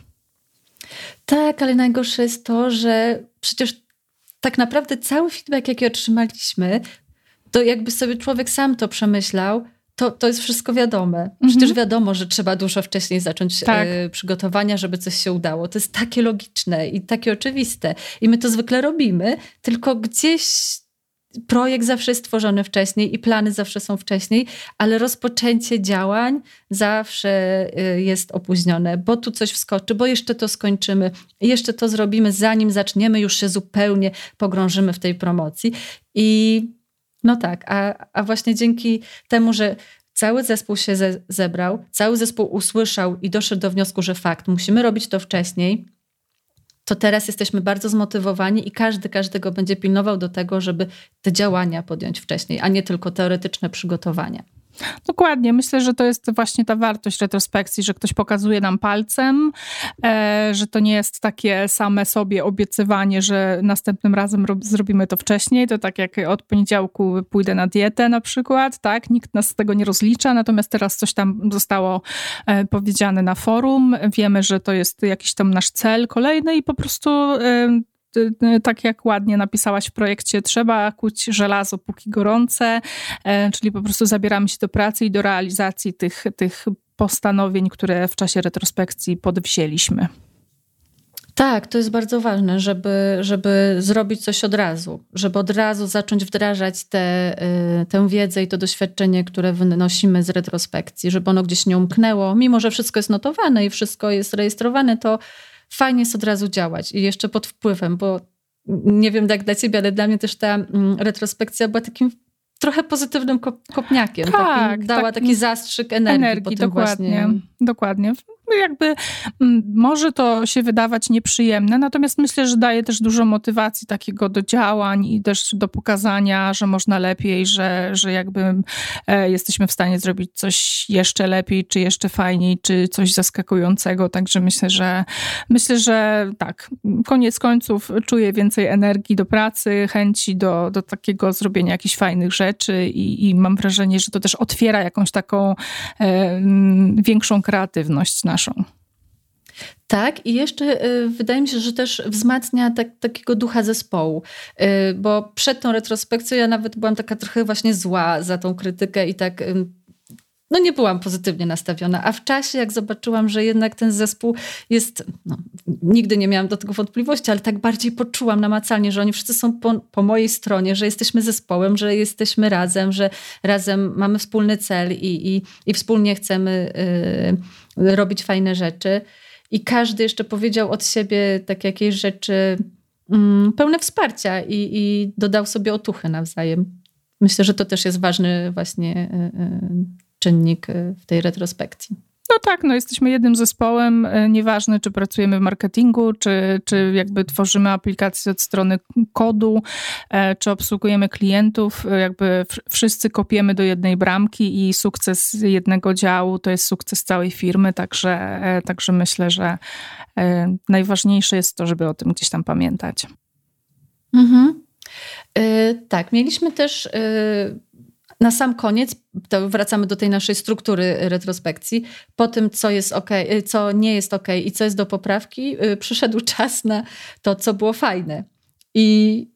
Tak, ale najgorsze jest to, że przecież tak naprawdę cały feedback, jaki otrzymaliśmy, to jakby sobie człowiek sam to przemyślał, to, to jest wszystko wiadome. Przecież mhm. wiadomo, że trzeba dużo wcześniej zacząć tak. y, przygotowania, żeby coś się udało. To jest takie logiczne i takie oczywiste. I my to zwykle robimy, tylko gdzieś projekt zawsze jest tworzony wcześniej i plany zawsze są wcześniej, ale rozpoczęcie działań zawsze jest opóźnione, bo tu coś wskoczy, bo jeszcze to skończymy, jeszcze to zrobimy, zanim zaczniemy, już się zupełnie pogrążymy w tej promocji. I no tak, a, a właśnie dzięki temu, że cały zespół się ze, zebrał, cały zespół usłyszał i doszedł do wniosku, że fakt, musimy robić to wcześniej, to teraz jesteśmy bardzo zmotywowani i każdy każdego będzie pilnował do tego, żeby te działania podjąć wcześniej, a nie tylko teoretyczne przygotowania.
Dokładnie. Myślę, że to jest właśnie ta wartość retrospekcji, że ktoś pokazuje nam palcem, e, że to nie jest takie same sobie obiecywanie, że następnym razem rob, zrobimy to wcześniej. To tak jak od poniedziałku pójdę na dietę na przykład, tak? Nikt nas z tego nie rozlicza, natomiast teraz coś tam zostało e, powiedziane na forum. Wiemy, że to jest jakiś tam nasz cel kolejny i po prostu e, tak jak ładnie napisałaś w projekcie, trzeba kuć żelazo póki gorące, czyli po prostu zabieramy się do pracy i do realizacji tych, tych postanowień, które w czasie retrospekcji podwzięliśmy.
Tak, to jest bardzo ważne, żeby, żeby zrobić coś od razu, żeby od razu zacząć wdrażać te, tę wiedzę i to doświadczenie, które wynosimy z retrospekcji, żeby ono gdzieś nie umknęło. Mimo że wszystko jest notowane i wszystko jest rejestrowane, to fajnie jest od razu działać i jeszcze pod wpływem, bo nie wiem jak dla ciebie, ale dla mnie też ta retrospekcja była takim trochę pozytywnym kopniakiem.
Tak,
takim, dała
taki
taki zastrzyk energii.
Energii, dokładnie.
Właśnie...
dokładnie. Jakby m, może to się wydawać nieprzyjemne, natomiast myślę, że daje też dużo motywacji takiego do działań i też do pokazania, że można lepiej, że, że jakby e, jesteśmy w stanie zrobić coś jeszcze lepiej, czy jeszcze fajniej, czy coś zaskakującego. Także myślę, że myślę, że tak, koniec końców czuję więcej energii do pracy, chęci do, do takiego zrobienia jakichś fajnych rzeczy i, i mam wrażenie, że to też otwiera jakąś taką e, większą kreatywność naszą.
Tak, i jeszcze y, wydaje mi się, że też wzmacnia tak, takiego ducha zespołu, y, bo przed tą retrospekcją ja nawet byłam taka trochę właśnie zła za tą krytykę i tak y, no nie byłam pozytywnie nastawiona, a w czasie jak zobaczyłam, że jednak ten zespół jest, no, nigdy nie miałam do tego wątpliwości, ale tak bardziej poczułam namacalnie, że oni wszyscy są po, po mojej stronie, że jesteśmy zespołem, że jesteśmy razem, że razem mamy wspólny cel i, i, i wspólnie chcemy y, robić fajne rzeczy. I każdy jeszcze powiedział od siebie tak jakieś rzeczy mm, pełne wsparcia i, i dodał sobie otuchy nawzajem. Myślę, że to też jest ważny właśnie y, y, czynnik w tej retrospekcji.
No tak, no jesteśmy jednym zespołem, nieważne czy pracujemy w marketingu, czy, czy jakby tworzymy aplikacje od strony kodu, czy obsługujemy klientów, jakby wszyscy kopiemy do jednej bramki i sukces jednego działu to jest sukces całej firmy, także, także myślę, że najważniejsze jest to, żeby o tym gdzieś tam pamiętać.
Mhm. Yy, tak, mieliśmy też yy, na sam koniec, to wracamy do tej naszej struktury retrospekcji, po tym, co jest okej, co nie jest okej i co jest do poprawki, yy, przyszedł czas na to, co było fajne. I,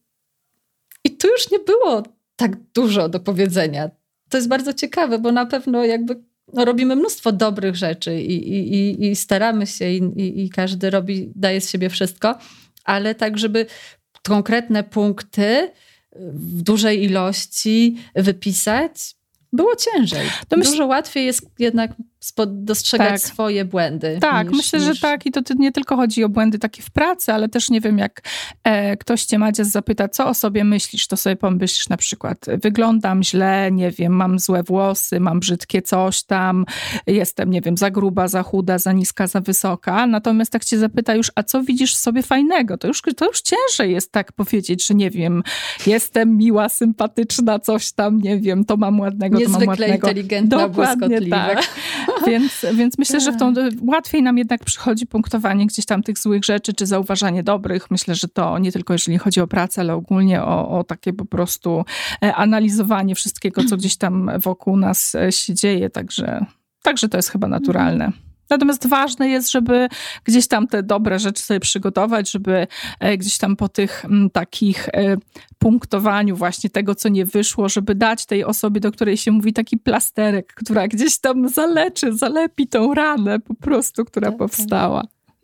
i tu już nie było tak dużo do powiedzenia. To jest bardzo ciekawe, bo na pewno jakby no, robimy mnóstwo dobrych rzeczy i, i, i, i staramy się i, i, i każdy robi, daje z siebie wszystko, ale tak, żeby konkretne punkty w dużej ilości wypisać, było ciężej. To myśl... Dużo łatwiej jest jednak dostrzegać tak. swoje błędy.
Tak,
niż,
myślę,
niż...
że tak i to nie tylko chodzi o błędy takie w pracy, ale też nie wiem, jak e, ktoś cię, Madzia, zapyta, co o sobie myślisz, to sobie pomyślisz na przykład, wyglądam źle, nie wiem, mam złe włosy, mam brzydkie coś tam, jestem, nie wiem, za gruba, za chuda, za niska, za wysoka, natomiast jak cię zapyta już, a co widzisz w sobie fajnego, to już, to już ciężej jest tak powiedzieć, że nie wiem, jestem miła, sympatyczna, coś tam, nie wiem, to mam ładnego,
Niezwykle
to mam ładnego.
inteligentna, błyskotliwa.
Tak. Więc, więc myślę, że w tą, łatwiej nam jednak przychodzi punktowanie gdzieś tam tych złych rzeczy, czy zauważanie dobrych. Myślę, że to nie tylko jeżeli chodzi o pracę, ale ogólnie o, o takie po prostu analizowanie wszystkiego, co gdzieś tam wokół nas się dzieje. Także, także to jest chyba naturalne. Natomiast ważne jest, żeby gdzieś tam te dobre rzeczy sobie przygotować, żeby gdzieś tam po tych m, takich e, punktowaniu właśnie tego, co nie wyszło, żeby dać tej osobie, do której się mówi, taki plasterek, która gdzieś tam zaleczy, zalepi tą ranę po prostu, która tak, powstała.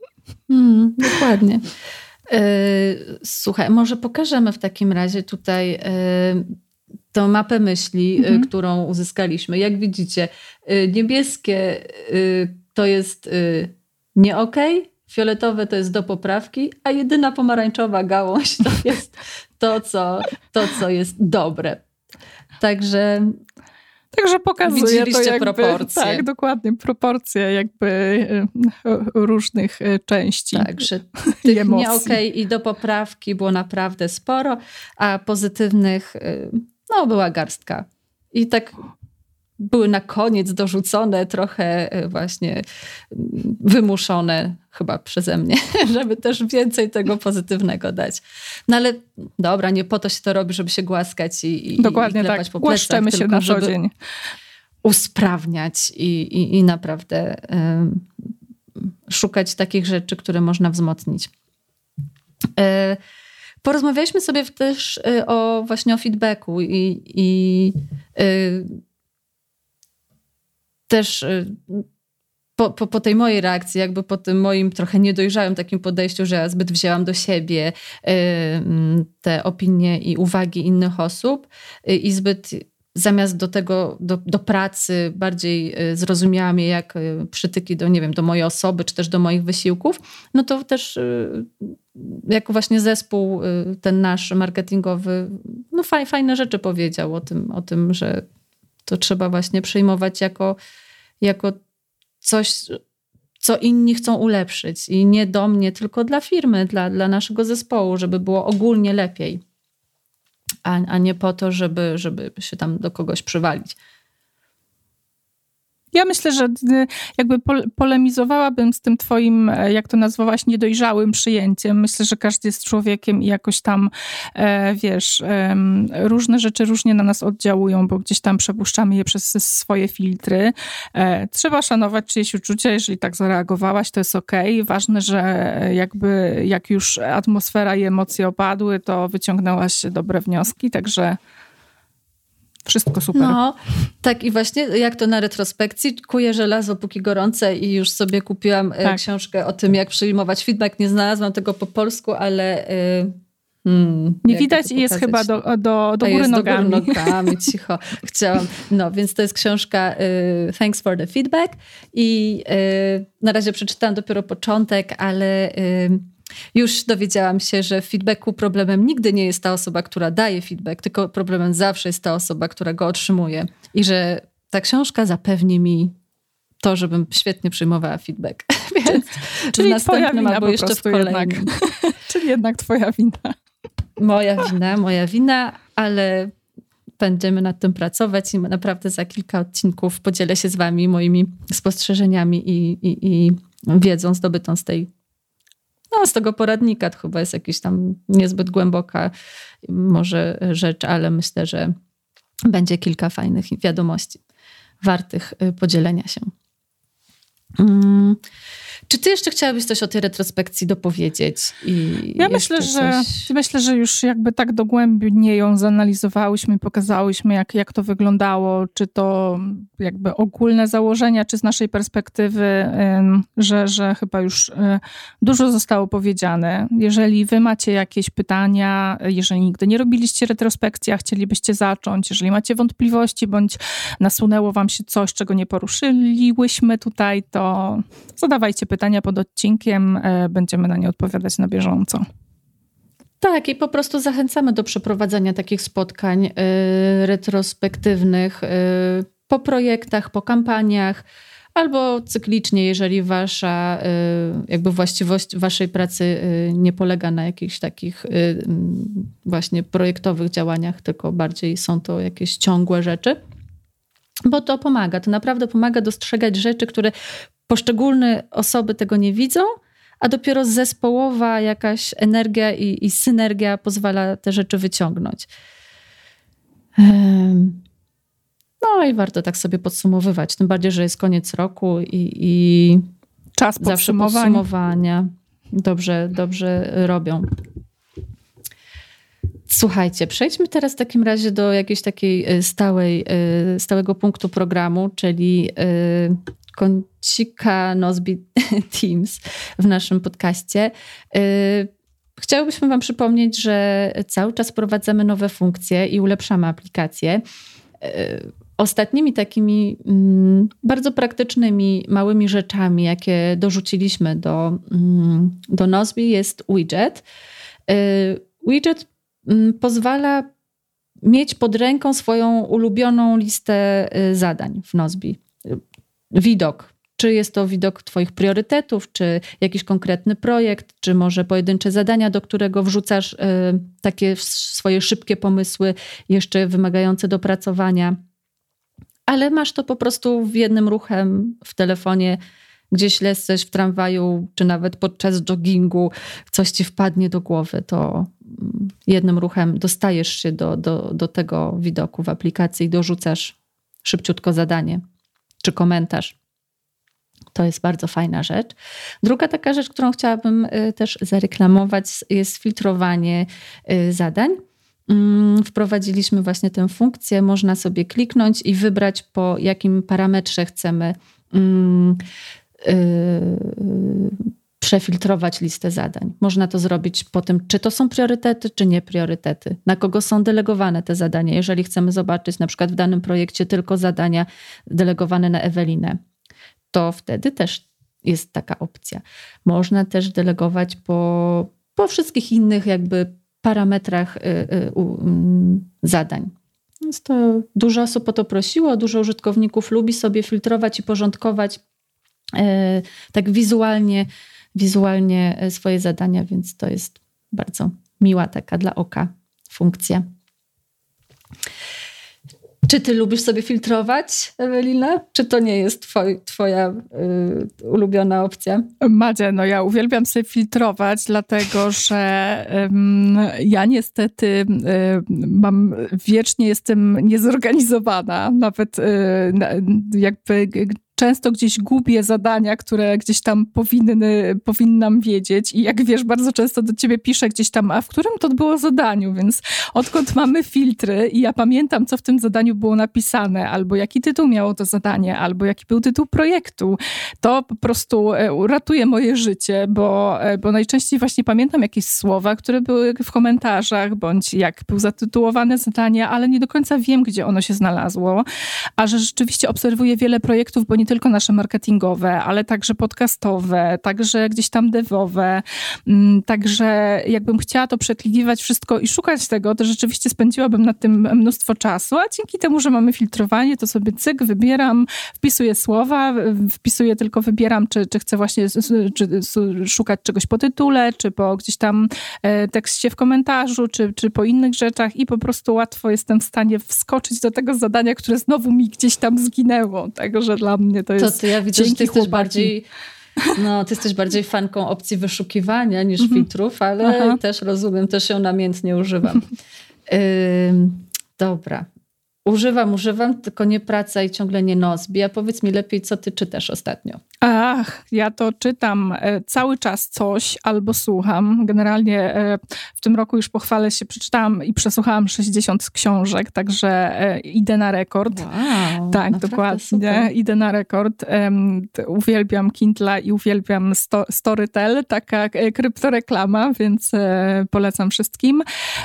Mm, dokładnie. Yy, słuchaj, może pokażemy w takim razie tutaj yy, tą mapę myśli, mhm. yy, którą uzyskaliśmy. Jak widzicie, yy, niebieskie yy, to jest y, nie okej, fioletowe to jest do poprawki, a jedyna pomarańczowa gałąź to jest to, co, to, co jest dobre. Także...
Także pokazuje to jakby,
proporcje.
Tak, dokładnie, proporcje jakby y, różnych y, części.
Także tych nie okej i do poprawki było naprawdę sporo, a pozytywnych y, no była garstka. I tak... były na koniec dorzucone, trochę właśnie wymuszone chyba przeze mnie, żeby też więcej tego pozytywnego dać. No ale dobra, nie po to się to robi, żeby się głaskać i, i,
Dokładnie,
i klepać
tak.
po plecach,
Głaszczemy się na co dzień.
Usprawniać i, i, i naprawdę um, szukać takich rzeczy, które można wzmocnić. E, porozmawialiśmy sobie też o właśnie o feedbacku i, i y, też po, po, po tej mojej reakcji, jakby po tym moim trochę niedojrzałym takim podejściu, że ja zbyt wzięłam do siebie te opinie i uwagi innych osób i zbyt zamiast do tego, do, do pracy bardziej zrozumiałam je jak przytyki do, nie wiem, do mojej osoby, czy też do moich wysiłków, no to też jako właśnie zespół ten nasz marketingowy, no faj, fajne rzeczy powiedział o tym, o tym, że to trzeba właśnie przyjmować jako, jako coś, co inni chcą ulepszyć. I nie do mnie, tylko dla firmy, dla, dla naszego zespołu, żeby było ogólnie lepiej. A, a nie po to, żeby, żeby się tam do kogoś przywalić.
Ja myślę, że jakby polemizowałabym z tym twoim, jak to nazwałaś, niedojrzałym przyjęciem. Myślę, że każdy jest człowiekiem i jakoś tam, wiesz, różne rzeczy różnie na nas oddziałują, bo gdzieś tam przepuszczamy je przez swoje filtry. Trzeba szanować czyjeś uczucia, jeżeli tak zareagowałaś, to jest okej. Ważne, że jakby jak już atmosfera i emocje opadły, to wyciągnęłaś dobre wnioski, także wszystko super.
No, tak i właśnie jak to na retrospekcji, kuję żelazo póki gorące i już sobie kupiłam tak. książkę o tym, jak przyjmować feedback. Nie znalazłam tego po polsku, ale... Hmm,
nie widać i jest chyba do, do, do góry
jest
nogami.
Do góry nogami, cicho. Chciałam. No, więc to jest książka y, Thanks for the Feedback i y, na razie przeczytałam dopiero początek, ale... Y, Już dowiedziałam się, że w feedbacku problemem nigdy nie jest ta osoba, która daje feedback, tylko problemem zawsze jest ta osoba, która go otrzymuje. I że ta książka zapewni mi to, żebym świetnie przyjmowała feedback. Więc
czyli twoja wina
albo
po
jeszcze
prostu
w kolejnym.
Jednak. Czyli jednak twoja wina.
Moja wina, moja wina, ale będziemy nad tym pracować i naprawdę za kilka odcinków podzielę się z wami moimi spostrzeżeniami i, i, i wiedzą zdobytą z tej No, z tego poradnika to chyba jest jakaś tam niezbyt głęboka może rzecz, ale myślę, że będzie kilka fajnych wiadomości wartych podzielenia się. Hmm. Czy ty jeszcze chciałabyś coś o tej retrospekcji dopowiedzieć? I
ja myślę,
coś...
że myślę, że już jakby tak dogłębnie ją zanalizowałyśmy, pokazałyśmy, jak, jak to wyglądało, czy to jakby ogólne założenia, czy z naszej perspektywy, że, że chyba już dużo zostało powiedziane. Jeżeli wy macie jakieś pytania, jeżeli nigdy nie robiliście retrospekcji, a chcielibyście zacząć, jeżeli macie wątpliwości, bądź nasunęło wam się coś, czego nie poruszyliśmy tutaj, to zadawajcie pytania pod odcinkiem, będziemy na nie odpowiadać na bieżąco.
Tak, i po prostu zachęcamy do przeprowadzania takich spotkań y, retrospektywnych y, po projektach, po kampaniach, albo cyklicznie, jeżeli wasza y, jakby właściwość waszej pracy y, nie polega na jakichś takich y, y, właśnie projektowych działaniach, tylko bardziej są to jakieś ciągłe rzeczy. Bo to pomaga, to naprawdę pomaga dostrzegać rzeczy, które poszczególne osoby tego nie widzą, a dopiero zespołowa jakaś energia i, i synergia pozwala te rzeczy wyciągnąć. No i warto tak sobie podsumowywać, tym bardziej, że jest koniec roku i, i
czas
zawsze podsumowania dobrze, dobrze robią. Słuchajcie, przejdźmy teraz w takim razie do jakiejś takiej stałej, stałego punktu programu, czyli kącika Nozbe Teams w naszym podcaście. Chciałybyśmy wam przypomnieć, że cały czas wprowadzamy nowe funkcje i ulepszamy aplikację. Ostatnimi takimi bardzo praktycznymi, małymi rzeczami, jakie dorzuciliśmy do, do Nozbe, jest widget. Widget pozwala mieć pod ręką swoją ulubioną listę zadań w Nozbe. Widok. Czy jest to widok twoich priorytetów, czy jakiś konkretny projekt, czy może pojedyncze zadania, do którego wrzucasz y, takie swoje szybkie pomysły, jeszcze wymagające dopracowania. Ale masz to po prostu w jednym ruchem w telefonie, gdzieś jesteś w tramwaju, czy nawet podczas joggingu, coś ci wpadnie do głowy, to jednym ruchem dostajesz się do, do, do tego widoku w aplikacji i dorzucasz szybciutko zadanie czy komentarz. To jest bardzo fajna rzecz. Druga taka rzecz, którą chciałabym też zareklamować, jest filtrowanie zadań. Wprowadziliśmy właśnie tę funkcję. Można sobie kliknąć i wybrać, po jakim parametrze chcemy przefiltrować listę zadań. Można to zrobić po tym, czy to są priorytety, czy nie priorytety. Na kogo są delegowane te zadania. Jeżeli chcemy zobaczyć na przykład w danym projekcie tylko zadania delegowane na Ewelinę, to wtedy też jest taka opcja. Można też delegować po, po wszystkich innych jakby parametrach y, y, y, zadań. Więc to dużo osób o to prosiło, dużo użytkowników lubi sobie filtrować i porządkować y, tak wizualnie, wizualnie swoje zadania, więc to jest bardzo miła taka dla oka funkcja. Czy ty lubisz sobie filtrować, Ewelina? Czy to nie jest twoj, twoja y, ulubiona opcja?
Madzia, no ja uwielbiam sobie filtrować, dlatego że um, ja niestety y, mam, wiecznie jestem niezorganizowana. Nawet y, jakby często gdzieś gubię zadania, które gdzieś tam powinny, powinnam wiedzieć i jak wiesz, bardzo często do ciebie piszę gdzieś tam, a w którym to było zadaniu, więc odkąd mamy filtry i ja pamiętam, co w tym zadaniu było napisane, albo jaki tytuł miało to zadanie, albo jaki był tytuł projektu, to po prostu uratuje moje życie, bo, bo najczęściej właśnie pamiętam jakieś słowa, które były w komentarzach, bądź jak był zatytułowane zadanie, ale nie do końca wiem, gdzie ono się znalazło, a że rzeczywiście obserwuję wiele projektów, bo nie tylko nasze marketingowe, ale także podcastowe, także gdzieś tam devowe. Także jakbym chciała to przeklikiwać wszystko i szukać tego, to rzeczywiście spędziłabym nad tym mnóstwo czasu, a dzięki temu, że mamy filtrowanie, to sobie cyk, wybieram, wpisuję słowa, wpisuję tylko, wybieram, czy, czy chcę właśnie czy szukać czegoś po tytule, czy po gdzieś tam tekście w komentarzu, czy, czy po innych rzeczach i po prostu łatwo jestem w stanie wskoczyć do tego zadania, które znowu mi gdzieś tam zginęło. Także dla mnie to jest...
To, to ja widzę, że ty jesteś bardziej... No, ty jesteś bardziej fanką opcji wyszukiwania niż mm-hmm. filtrów, ale Aha. też rozumiem, też ją namiętnie używam. Yy, dobra. Używam, używam, tylko nie praca i ciągle nie Nozbi. A powiedz mi lepiej, co ty czytasz ostatnio?
Ach, ja to czytam cały czas coś albo słucham. Generalnie w tym roku już pochwalę się, przeczytałam i przesłuchałam sześćdziesiąt książek, także idę na rekord.
Wow,
tak, dokładnie. Super. Idę na rekord. Uwielbiam Kindla i uwielbiam sto, Storytel, taka kryptoreklama, więc polecam wszystkim.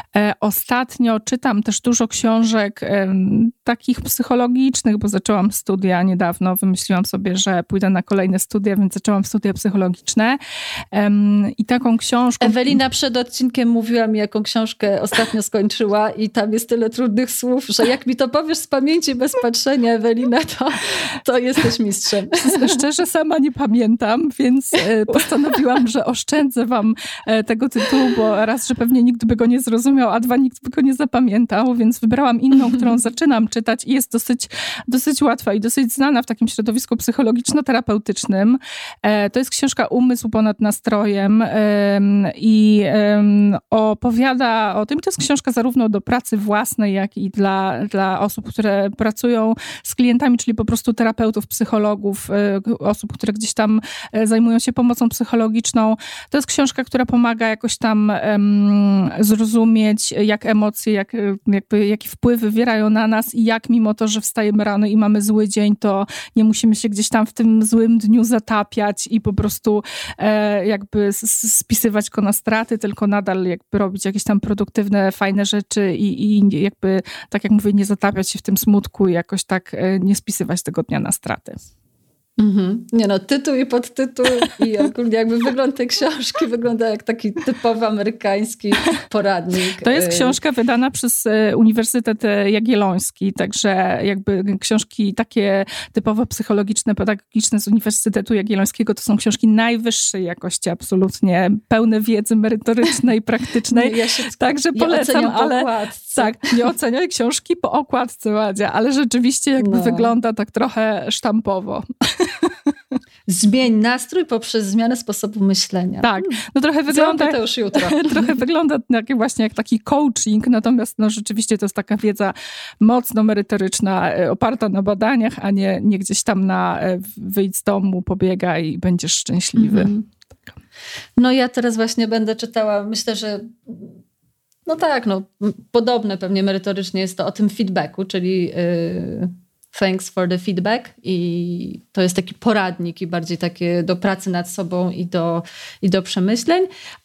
Ostatnio czytam też dużo książek takich psychologicznych, bo zaczęłam studia niedawno. Wymyśliłam sobie, że pójdę na kolejne studia, więc zaczęłam studia psychologiczne. Um, I taką książką...
Ewelina przed odcinkiem mówiła mi, jaką książkę ostatnio skończyła i tam jest tyle trudnych słów, że jak mi to powiesz z pamięci bez patrzenia, Ewelina, to, to jesteś mistrzem.
Szczerze sama nie pamiętam, więc postanowiłam, że oszczędzę wam tego tytułu, bo raz, że pewnie nikt by go nie zrozumiał, a dwa, nikt by go nie zapamiętał, więc wybrałam inną, którą zaczynam czytać i jest dosyć, dosyć łatwa i dosyć znana w takim środowisku psychologiczno-terapeutycznym. To jest książka Umysł ponad nastrojem i opowiada o tym, to jest książka zarówno do pracy własnej, jak i dla, dla osób, które pracują z klientami, czyli po prostu terapeutów, psychologów, osób, które gdzieś tam zajmują się pomocą psychologiczną. To jest książka, która pomaga jakoś tam zrozumieć, jak emocje, jak, jakby, jaki wpływ wywierają na nas i jak mimo to, że wstajemy rano i mamy zły dzień, to nie musimy się gdzieś tam w tym złym dniu zatapiać i po prostu e, jakby spisywać go na straty, tylko nadal jakby robić jakieś tam produktywne, fajne rzeczy i, i jakby, tak jak mówię, nie zatapiać się w tym smutku i jakoś tak e, nie spisywać tego dnia na straty.
Mhm. Nie no, tytuł i podtytuł i ogólnie jakby wygląd tej książki wygląda jak taki typowy amerykański poradnik.
To jest książka wydana przez Uniwersytet Jagielloński, także jakby książki takie typowo psychologiczne, pedagogiczne z Uniwersytetu Jagiellońskiego to są książki najwyższej jakości, absolutnie pełne wiedzy merytorycznej i praktycznej.
Ja się
także polecam, ale tak, nie oceniaj książki po okładce, Madzia, ale rzeczywiście jakby no. wygląda tak trochę sztampowo.
Zmień nastrój poprzez zmianę sposobu myślenia.
Tak, no trochę wygląda,
to już jutro.
trochę wygląda jak, właśnie jak taki coaching, natomiast no rzeczywiście to jest taka wiedza mocno merytoryczna, oparta na badaniach, a nie, nie gdzieś tam na wyjdź z domu, pobiegaj i będziesz szczęśliwy. Mm-hmm. Tak.
No ja teraz właśnie będę czytała, myślę, że no tak, no podobne pewnie merytorycznie jest to o tym feedbacku, czyli yy, thanks for the feedback i to jest taki poradnik i bardziej takie do pracy nad sobą i do, i do przemyśleń,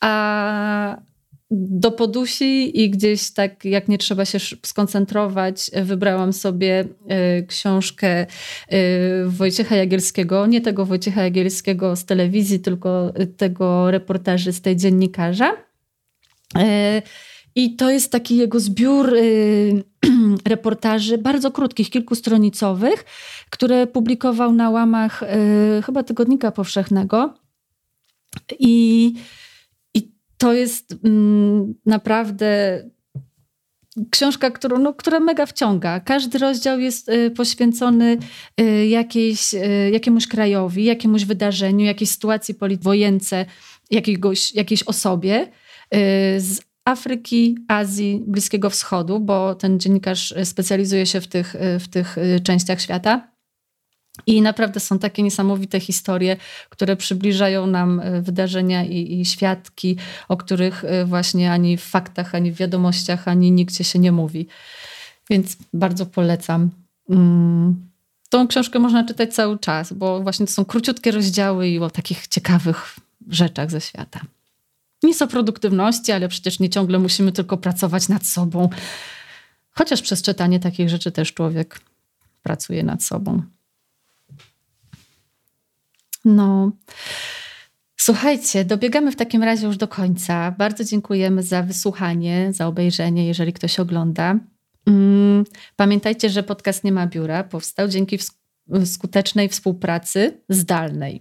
a do podusi i gdzieś tak jak nie trzeba się skoncentrować, wybrałam sobie y, książkę y, Wojciecha Jagielskiego, nie tego Wojciecha Jagielskiego z telewizji, tylko tego reportażysty, dziennikarza. Y, I to jest taki jego zbiór y, reportaży, bardzo krótkich, kilkustronicowych, które publikował na łamach y, chyba Tygodnika Powszechnego. I, i to jest mm, naprawdę książka, którą, no, która mega wciąga. Każdy rozdział jest y, poświęcony y, jakiejś, y, jakiemuś krajowi, jakiemuś wydarzeniu, jakiejś sytuacji politwojence, jakiegoś, jakiejś osobie y, z Afryki, Azji, Bliskiego Wschodu, bo ten dziennikarz specjalizuje się w tych, w tych częściach świata. I naprawdę są takie niesamowite historie, które przybliżają nam wydarzenia i, i świadki, o których właśnie ani w faktach, ani w wiadomościach, ani nigdzie się nie mówi. Więc bardzo polecam. Tą książkę można czytać cały czas, bo właśnie to są króciutkie rozdziały i o takich ciekawych rzeczach ze świata. Nic o produktywności, ale przecież nie ciągle musimy tylko pracować nad sobą. Chociaż przez czytanie takich rzeczy też człowiek pracuje nad sobą. No, słuchajcie, dobiegamy w takim razie już do końca. Bardzo dziękujemy za wysłuchanie, za obejrzenie, jeżeli ktoś ogląda. Pamiętajcie, że podcast Nie ma biura powstał dzięki skutecznej współpracy zdalnej.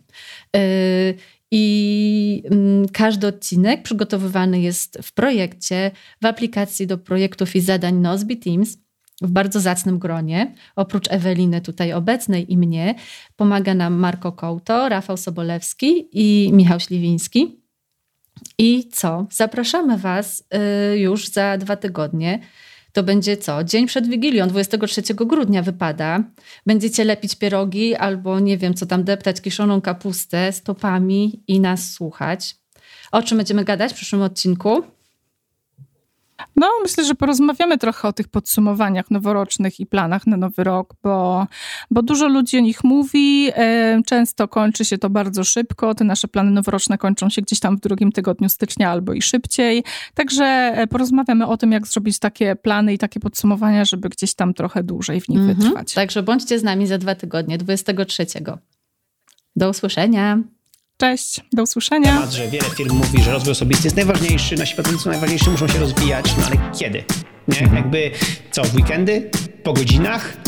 I każdy odcinek przygotowywany jest w projekcie, w aplikacji do projektów i zadań Nozbe Teams w bardzo zacnym gronie. Oprócz Eweliny tutaj obecnej i mnie pomaga nam Marko Kołto, Rafał Sobolewski i Michał Śliwiński. I co? Zapraszamy Was już za dwa tygodnie. To będzie co? Dzień przed Wigilią, dwudziestego trzeciego grudnia wypada. Będziecie lepić pierogi albo nie wiem co tam, deptać kiszoną kapustę stopami i nas słuchać. O czym będziemy gadać w przyszłym odcinku?
No, myślę, że porozmawiamy trochę o tych podsumowaniach noworocznych i planach na nowy rok, bo, bo dużo ludzi o nich mówi. Często kończy się to bardzo szybko. Te nasze plany noworoczne kończą się gdzieś tam w drugim tygodniu stycznia albo i szybciej. Także porozmawiamy o tym, jak zrobić takie plany i takie podsumowania, żeby gdzieś tam trochę dłużej w nich mhm. wytrwać.
Także bądźcie z nami za dwa tygodnie, dwudziestego trzeciego. Do usłyszenia.
Cześć, do usłyszenia.
Temat, że wiele firm mówi, że rozwój osobisty jest najważniejszy, nasi pracownicy najważniejsi muszą się rozwijać, no ale kiedy? Nie? Jakby co, w weekendy? Po godzinach?